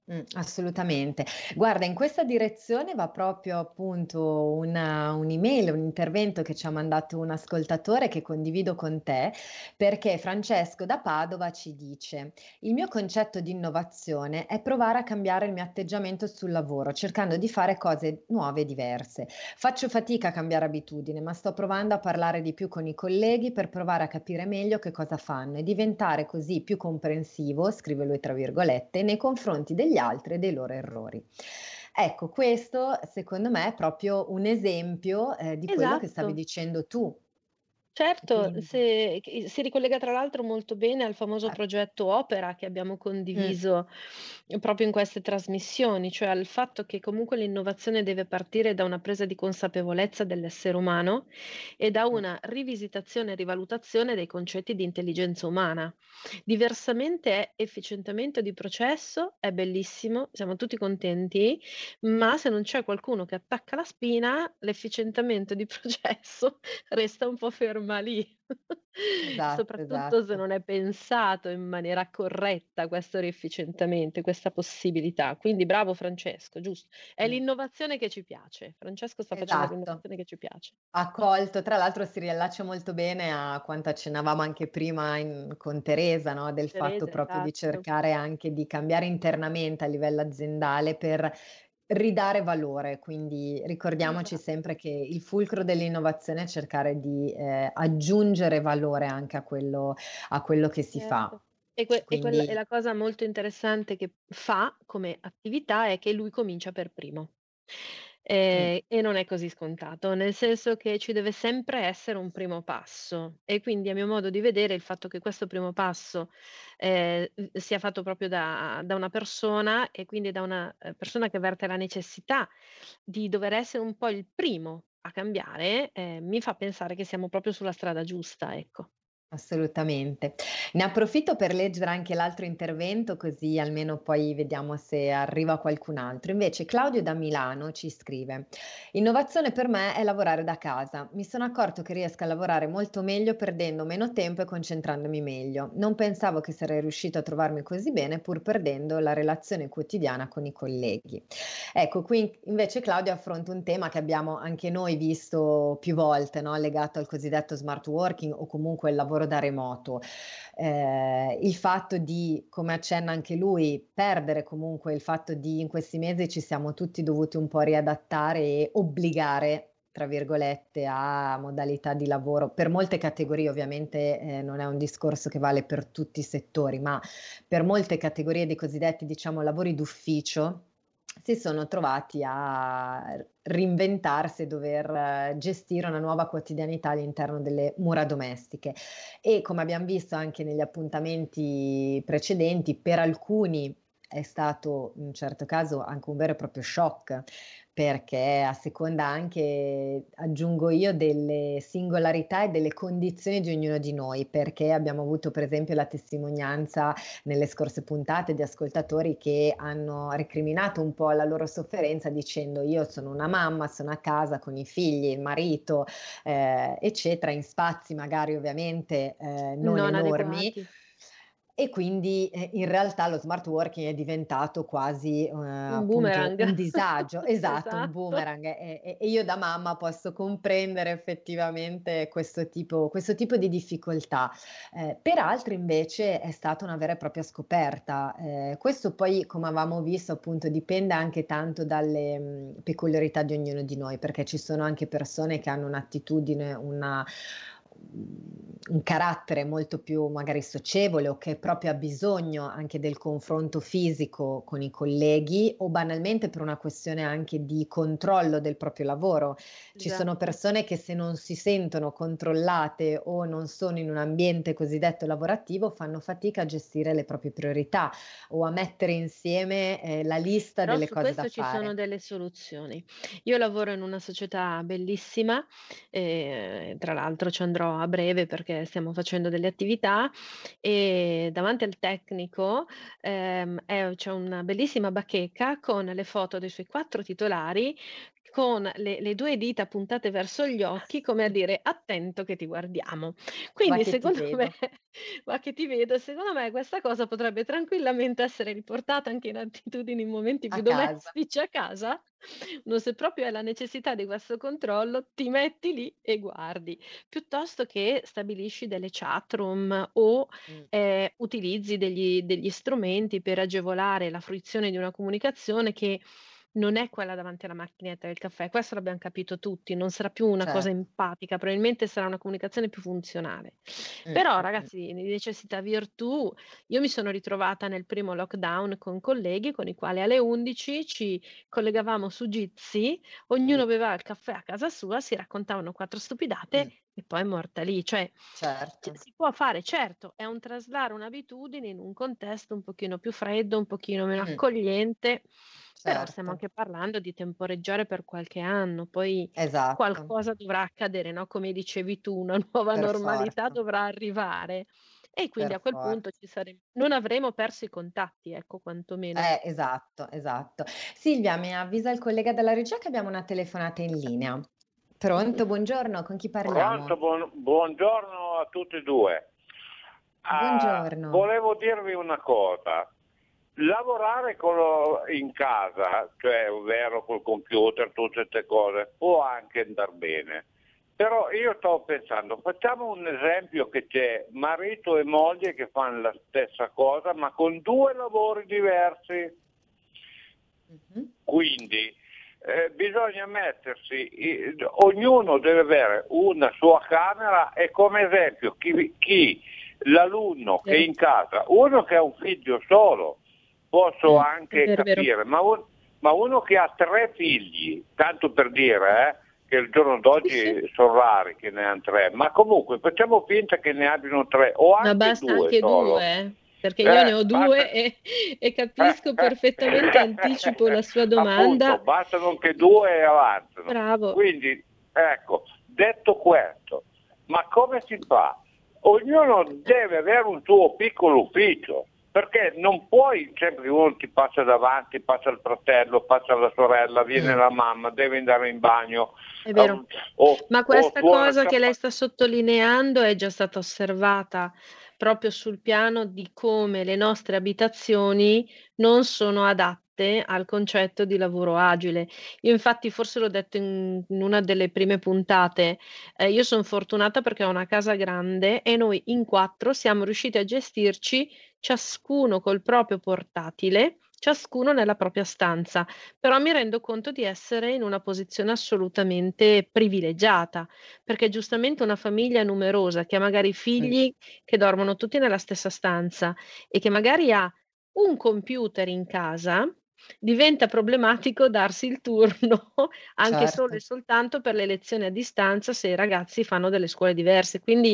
Mh, assolutamente. Guarda, in questa direzione va proprio appunto una un'email, un intervento che ci ha mandato un ascoltatore che condivido con te, perché Francesco da Padova ci dice: "Il mio concetto di innovazione è provare a cambiare il mio atteggiamento sul lavoro, cercando di fare cose nuove e diverse. Faccio fatica a cambiare abitudine, ma sto provando a parlare di più con i colleghi per provare a capire meglio che cosa fanno e diventare così più comprensivo", scrive lui tra virgolette, "nei confronti degli altri e dei loro errori". Ecco, questo secondo me è proprio un esempio, ehm, di quello che stavi Esatto. dicendo tu. Certo, Quindi se che si ricollega tra l'altro molto bene al famoso cer progetto Opera che abbiamo Mh. condiviso proprio in queste trasmissioni, cioè al fatto che comunque l'innovazione deve partire da una presa di consapevolezza dell'essere umano e da Mh. una rivisitazione e rivalutazione dei concetti di intelligenza umana. Diversamente è efficientamento di processo, è bellissimo, siamo tutti contenti, ma se non c'è qualcuno che attacca la spina, l'efficientamento di processo resta un po' ferma lì. Esatto, Soprattutto se esatto. non è pensato in maniera corretta questo riefficientamento e questa possibilità. Quindi bravo Francesco, giusto. È Mh. l'innovazione che ci piace. Francesco sta facendo Esatto. l'innovazione che ci piace. Ha colto, tra l'altro si riallaccia molto bene a quanto accennavamo anche prima in con Teresa, no, del fatto Teresa, proprio di esatto. cercare anche di cambiare internamente a livello aziendale per ridare valore. Quindi ricordiamoci Esatto. sempre che il fulcro dell'innovazione è cercare di, ehm, aggiungere valore anche a quello a quello che si fa. Certo. E que e quel e Quindi la cosa molto interessante che fa come attività è che lui comincia per primo. Mh. Ehm, e non è così scontato, nel senso che ci deve sempre essere un primo passo e quindi a mio modo di vedere il fatto che questo primo passo, ehm, uhm, sia fatto proprio da da una persona e quindi da una, ehm, persona che avverte la necessità di dover essere un po' il primo a cambiare, ehm, mi fa pensare che siamo proprio sulla strada giusta, ecco. Assolutamente. Ne approfitto per leggere anche l'altro intervento, così almeno poi vediamo se arriva qualcun altro. Invece Claudio da Milano ci scrive: "Innovazione per me è lavorare da casa. Mi sono accorto che riesco a lavorare molto meglio perdendo meno tempo e concentrandomi meglio. Non pensavo che sarei riuscito a trovarmi così bene pur perdendo la relazione quotidiana con i colleghi". Ecco, qui invece Claudio affronta un tema che abbiamo anche noi visto più volte, no, legato al cosiddetto smart working o comunque il lavoro da remoto. Ehm, il fatto di, come accenna anche lui, perdere comunque il fatto di in questi mesi ci siamo tutti dovuti un po' riadattare e "obbligare", tra virgolette, a modalità di lavoro per molte categorie ovviamente, ehm, non è un discorso che vale per tutti i settori, ma per molte categorie di cosiddetti, diciamo, lavori d'ufficio, si sono trovati a r reinventarsi e dover gestire una nuova quotidianità all'interno delle mura domestiche. E come abbiam visto anche negli appuntamenti precedenti, per alcuni è stato, in un certo caso, anche un vero e proprio shock, perché a seconda anche, aggiungo io, delle singolarità e delle condizioni di ognuno di noi, perché abbiamo avuto per esempio la testimonianza nelle scorse puntate di ascoltatori che hanno recriminato un po' la loro sofferenza dicendo: "Io sono una mamma, sono a casa con i figli, il marito, ehm, eccetera, in spazi magari ovviamente, ehm, non Non enormi". adeguati. E quindi, ehm, in realtà lo smart working è diventato quasi, uhm, Un appunto boomerang. un disagio. Esatto, un Esatto. boomerang. E e e io da mamma posso comprendere effettivamente questo tipo questo tipo di difficoltà. Ehm, per altri invece è stata una vera e propria scoperta. Ehm, questo poi, come avevamo visto, appunto dipende anche tanto dalle, mhmm, peculiarità di ognuno di noi, perché ci sono anche persone che hanno un'attitudine, una mhmm, un carattere molto più magari socievole o che proprio ha bisogno anche del confronto fisico con i colleghi o banalmente per una questione anche di controllo del proprio lavoro. Ci sono Esatto. persone che se non si sentono controllate o non sono in un ambiente cosiddetto lavorativo, fanno fatica a gestire le proprie priorità o a mettere insieme, ehm, la lista Però delle su cose da questo ci sono fare. delle soluzioni. Io lavoro in una società bellissima, ehm, tra l'altro ci andrò a breve perché stiamo facendo delle attività e davanti al tecnico, ehm, è c'è una bellissima bacheca con le foto dei suoi quattro titolari, con le le due dita puntate verso gli occhi come a dire: "Attento che ti guardiamo". Va Quindi che ti secondo me vedo. Ma che ti vedo, secondo me questa cosa potrebbe tranquillamente essere riportata anche in attitudini in momenti più A casa. domestici a casa. No, se proprio hai la necessità di questo controllo, ti metti lì e guardi, piuttosto che stabilisci delle chat room o Mh. ehm, utilizzi degli degli strumenti per agevolare la fruizione di una comunicazione che non è quella davanti alla macchinetta del caffè. Questo l'abbiam capito tutti, non sarà più una cosa Certo. empatica, probabilmente sarà una comunicazione più funzionale. Mh, Però mh, mh. ragazzi, di necessità virtù, io mi sono ritrovata nel primo lockdown con colleghi con i quali alle undici ci collegavamo su Jitsi, ognuno beveva il caffè a casa sua, si raccontavano quattro stupidate Mh. e poi è morta lì. Cioè, c Certo. si può fare, certo, è un traslare un'abitudine in un contesto un pochino più freddo, un pochino meno Mh. accogliente, però stiamo Certo. anche parlando di temporeggiare per qualche anno, poi Esatto. qualcosa dovrà accadere, no, come dicevi tu, una nuova Per normalità forza. dovrà arrivare e quindi Per a quel forza. punto ci sarem non avremo perso i contatti, ecco, quantomeno. Eh, esatto, esatto. Silvia, mi avvisa il collega della regia che abbiamo una telefonata in linea. Pronto, buongiorno, con chi Pronto, parliamo? buon- buongiorno a tutti e due. Ah, Buongiorno. volevo dirvi una cosa. Lavorare con lo- in casa, cioè ovvero col computer, tutte queste cose, può anche andare bene. Però io stavo pensando, facciamo un esempio che c'è marito e moglie che fanno la stessa cosa ma con due lavori diversi. Mh-mh. Quindi eh, bisogna mettersi, i- ognuno deve avere una sua camera e come esempio chi, chi l'alunno che è in casa, uno che ha un figlio solo, posso Mh. anche Vero, vero. capire, ma, un- ma uno che ha tre figli, tanto per dire, eh, che il giorno d'oggi Sì, sì. sono rari che ne hanno tre, ma comunque facciamo finta che ne abbiano tre o Ma anche basta due anche solo. due, eh, perché io ne Eh, ho basta- due e e capisco perfettamente, anticipo la sua Appunto, domanda. bastano che due e avanzano. Bravo. Quindi, ecco, detto questo, ma come si fa? Ognuno deve avere un suo piccolo ufficio, perché non puoi sempre che uno ti passa davanti, passa il fratello, passa la sorella, viene Mh. la mamma, deve andare in bagno. È vero. O, Ma o questa suona il cosa che lei cappa- sta sottolineando è già stata osservata proprio sul piano di come le nostre abitazioni non sono adatte al concetto di lavoro agile. Io infatti forse l'ho detto in in una delle prime puntate, ehm, io son fortunata perché ho una casa grande e noi in quattro siamo riusciti a gestirci ciascuno col proprio portatile, ciascuno nella propria stanza. Però mi rendo conto di essere in una posizione assolutamente privilegiata, perché giustamente una famiglia numerosa che ha magari Mh. figli che dormono tutti nella stessa stanza e che magari ha un computer in casa, diventa problematico darsi il turno anche solo Certo. e soltanto per le lezioni a distanza se i ragazzi fanno delle scuole diverse. Quindi,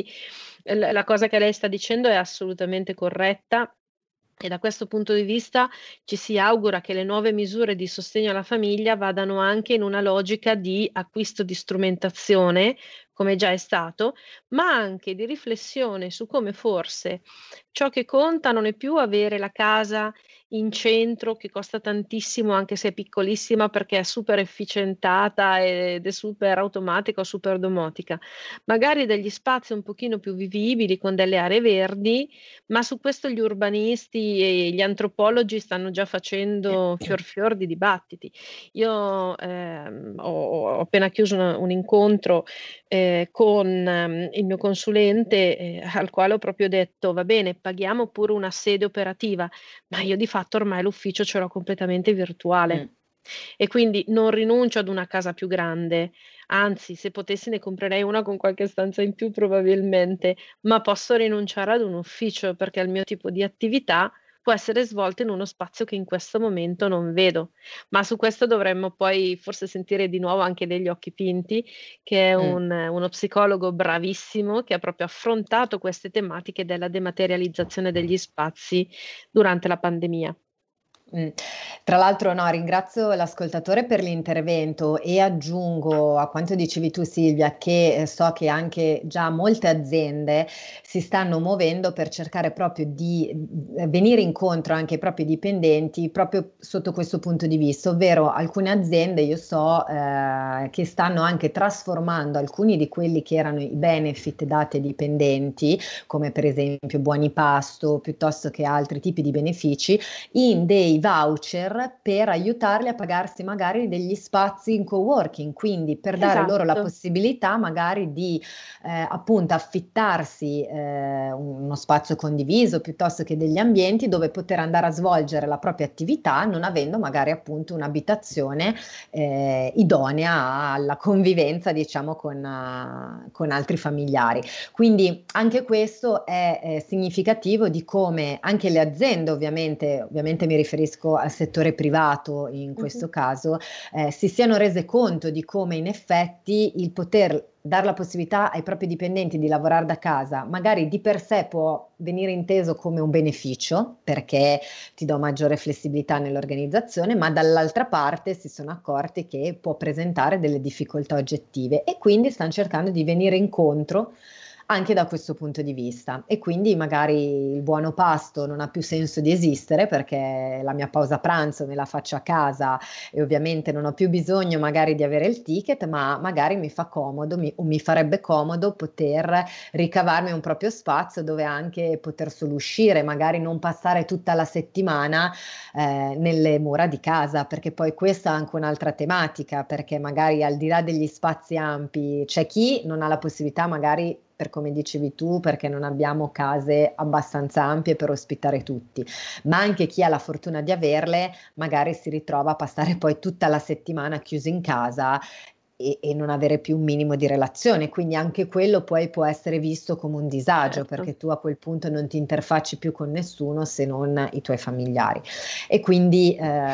l la cosa che lei sta dicendo è assolutamente corretta. E da questo punto di vista ci si augura che le nuove misure di sostegno alla famiglia vadano anche in una logica di acquisto di strumentazione, come già è stato, ma anche di riflessione su come forse ciò che conta non è più avere la casa in centro che costa tantissimo, anche se è piccolissima perché è super efficientata ed è super automatica o super domotica. Magari degli spazi un pochino più vivibili con delle aree verdi, ma su questo gli urbanisti e gli antropologi stanno già facendo fior fior di dibattiti. Io, ehm, ho ho appena chiuso una un incontro, ehm, con ehm, il mio consulente, ehm, al quale ho proprio detto: "Va bene, paghiamo pure una sede operativa, ma io di fatto ormai l'ufficio ce l'ho completamente virtuale Mh. e quindi non rinuncio ad una casa più grande, anzi se potessi ne comprerei una con qualche stanza in più probabilmente, ma posso rinunciare ad un ufficio perché il mio tipo di attività può essere svolta in uno spazio che in questo momento non vedo. Ma su questo dovremmo poi forse sentire di nuovo anche degli Occhi Pinti, che è Mh. un uno psicologo bravissimo che ha proprio affrontato queste tematiche della dematerializzazione degli spazi durante la pandemia. Mm. Tra l'altro, no, ringrazio l'ascoltatore per l'intervento e aggiungo a quanto dicevi tu, Silvia, che eh, so che anche già molte aziende si stanno muovendo per cercare proprio di eh, venire incontro anche ai propri dipendenti proprio sotto questo punto di vista, ovvero alcune aziende io so eh, che stanno anche trasformando alcuni di quelli che erano i benefit dati ai dipendenti, come per esempio buoni pasto piuttosto che altri tipi di benefici, in dei voucher per aiutarli a pagarsi magari degli spazi in coworking, quindi per dare Esatto. loro la possibilità magari di eh, appunto affittarsi eh, uno spazio condiviso piuttosto che degli ambienti dove poter andare a svolgere la propria attività, non avendo magari appunto un'abitazione eh, idonea alla convivenza, diciamo, con, uh, con altri familiari. Quindi anche questo è eh, significativo di come anche le aziende, ovviamente, ovviamente mi riferisco al settore privato in questo uh-huh. caso, eh, si siano rese conto di come in effetti il poter dare la possibilità ai propri dipendenti di lavorare da casa, magari di per sé può venire inteso come un beneficio, perché ti do maggiore flessibilità nell'organizzazione, ma dall'altra parte si sono accorti che può presentare delle difficoltà oggettive e quindi stanno cercando di venire incontro anche da questo punto di vista, e quindi magari il buono pasto non ha più senso di esistere perché la mia pausa pranzo me la faccio a casa e ovviamente non ho più bisogno magari di avere il ticket, ma magari mi fa comodo mi, o mi farebbe comodo poter ricavarmi un proprio spazio dove anche poter solo uscire, magari non passare tutta la settimana eh, nelle mura di casa, perché poi questa è anche un'altra tematica, perché magari al di là degli spazi ampi c'è chi non ha la possibilità magari, per come dicevi tu, perché non abbiamo case abbastanza ampie per ospitare tutti, ma anche chi ha la fortuna di averle magari si ritrova a passare poi tutta la settimana chiuso in casa e, e non avere più un minimo di relazione, quindi anche quello poi può essere visto come un disagio, certo. perché tu a quel punto non ti interfacci più con nessuno se non i tuoi familiari, e quindi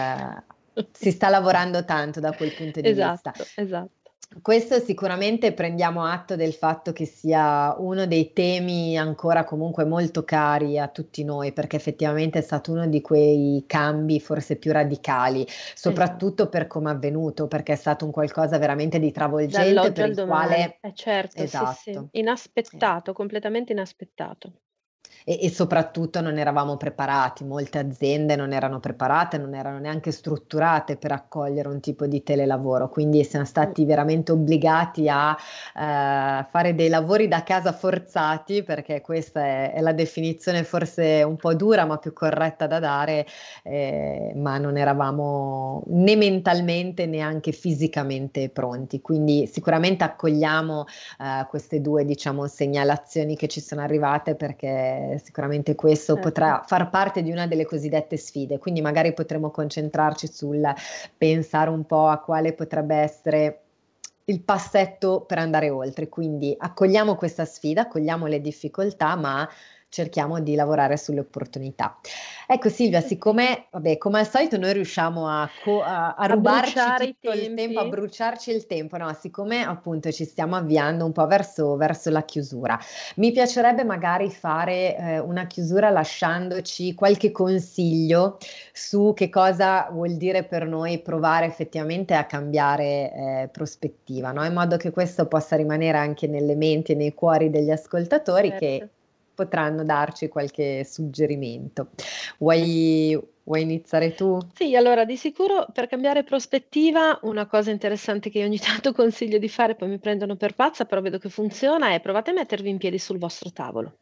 eh, si sta lavorando tanto da quel punto di esatto, vista. Esatto. Questo sicuramente prendiamo atto del fatto che sia uno dei temi ancora comunque molto cari a tutti noi, perché effettivamente è stato uno di quei cambi forse più radicali, soprattutto esatto. per come è avvenuto, perché è stato un qualcosa veramente di travolgente dall'oggi per al il domani. quale Eh certo, esatto. sì, sì. Inaspettato, eh. completamente inaspettato. E, e soprattutto non eravamo preparati, molte aziende non erano preparate, non erano neanche strutturate per accogliere un tipo di telelavoro, quindi siamo stati veramente obbligati a eh, fare dei lavori da casa forzati, perché questa è, è la definizione forse un po' dura ma più corretta da dare, eh, ma non eravamo né mentalmente né anche fisicamente pronti, quindi sicuramente accogliamo eh, queste due, diciamo, segnalazioni che ci sono arrivate, perché sicuramente questo certo. potrà far parte di una delle cosiddette sfide, quindi magari potremo concentrarci sul pensare un po' a quale potrebbe essere il passetto per andare oltre, quindi accogliamo questa sfida, accogliamo le difficoltà, ma cerchiamo di lavorare sulle opportunità. Ecco Silvia, siccome, vabbè, come al solito noi riusciamo a, co- a, a rubarci a tutto il tempo, a bruciarci il tempo, no? Siccome appunto ci stiamo avviando un po' verso, verso la chiusura, mi piacerebbe magari fare eh, una chiusura lasciandoci qualche consiglio su che cosa vuol dire per noi provare effettivamente a cambiare eh, prospettiva, no? In modo che questo possa rimanere anche nelle menti e nei cuori degli ascoltatori, certo. che potranno darci qualche suggerimento. Vuoi, vuoi iniziare tu? Sì, allora di sicuro per cambiare prospettiva una cosa interessante che io ogni tanto consiglio di fare, poi mi prendono per pazza, però vedo che funziona, è provate a mettervi in piedi sul vostro tavolo.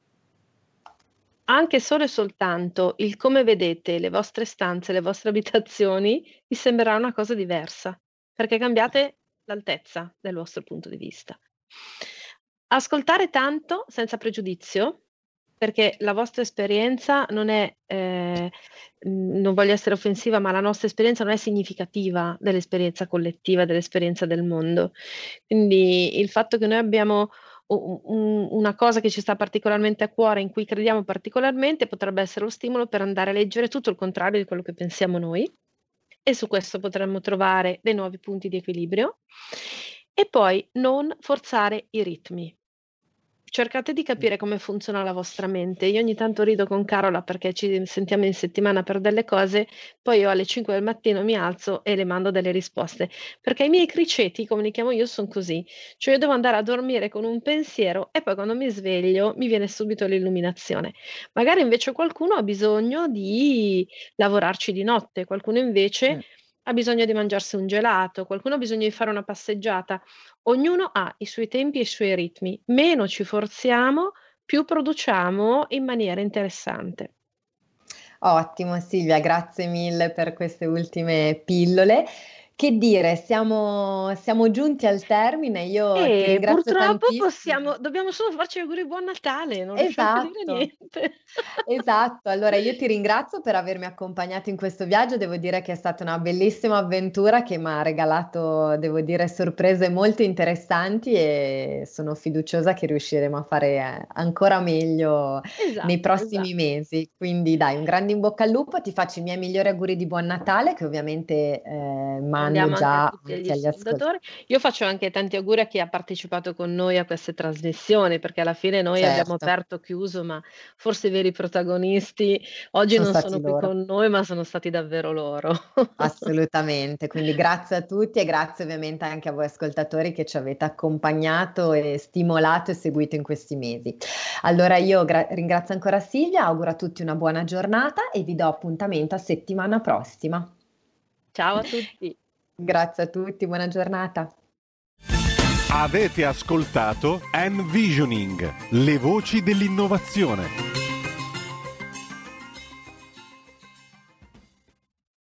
Anche solo e soltanto il come vedete le vostre stanze, le vostre abitazioni, vi sembrerà una cosa diversa, perché cambiate l'altezza del vostro punto di vista. Ascoltare tanto senza pregiudizio, perché la vostra esperienza non è, eh, non voglio essere offensiva, ma la nostra esperienza non è significativa dell'esperienza collettiva, dell'esperienza del mondo. Quindi il fatto che noi abbiamo un, un, una cosa che ci sta particolarmente a cuore, in cui crediamo particolarmente, potrebbe essere lo stimolo per andare a leggere tutto il contrario di quello che pensiamo noi, e su questo potremmo trovare dei nuovi punti di equilibrio. E poi non forzare i ritmi. cercate di capire come funziona la vostra mente. Io ogni tanto rido con Carola perché ci sentiamo in settimana per delle cose, poi io alle cinque del mattino mi alzo e le mando delle risposte, perché i miei criceti, come li chiamo io, sono così. Cioè io devo andare a dormire con un pensiero e poi quando mi sveglio mi viene subito l'illuminazione. Magari invece qualcuno ha bisogno di lavorarci di notte, qualcuno invece... Mm. ha bisogno di mangiarsi un gelato, qualcuno ha bisogno di fare una passeggiata. Ognuno ha i suoi tempi e i suoi ritmi. Meno ci forziamo, più produciamo in maniera interessante. Ottimo Silvia, grazie mille per queste ultime pillole. Che dire, siamo, siamo giunti al termine, io e ti ringrazio purtroppo tantissimo. Possiamo, dobbiamo solo farci auguri buon Natale, non esatto. riusciamo a dire niente. Esatto, allora io ti ringrazio per avermi accompagnato in questo viaggio, devo dire che è stata una bellissima avventura che mi ha regalato, devo dire, sorprese molto interessanti e sono fiduciosa che riusciremo a fare ancora meglio esatto, nei prossimi esatto. mesi, quindi dai, un grande in bocca al lupo, ti faccio i miei migliori auguri di buon Natale che ovviamente eh, mando già anche a tutti gli agli ascoltatori. Io faccio anche tanti auguri a chi ha partecipato con noi a queste trasmissioni, perché alla fine noi certo. abbiamo aperto, chiuso, ma forse i veri protagonisti oggi sono non sono loro. qui con noi, ma sono stati davvero loro. Assolutamente, quindi grazie a tutti e grazie ovviamente anche a voi ascoltatori che ci avete accompagnato e stimolato e seguito in questi mesi. Allora io gra- ringrazio ancora Silvia, auguro a tutti una buona giornata e vi do appuntamento a settimana prossima. Ciao a tutti. Grazie a tutti, buona giornata. Avete ascoltato Envisioning, le voci dell'innovazione.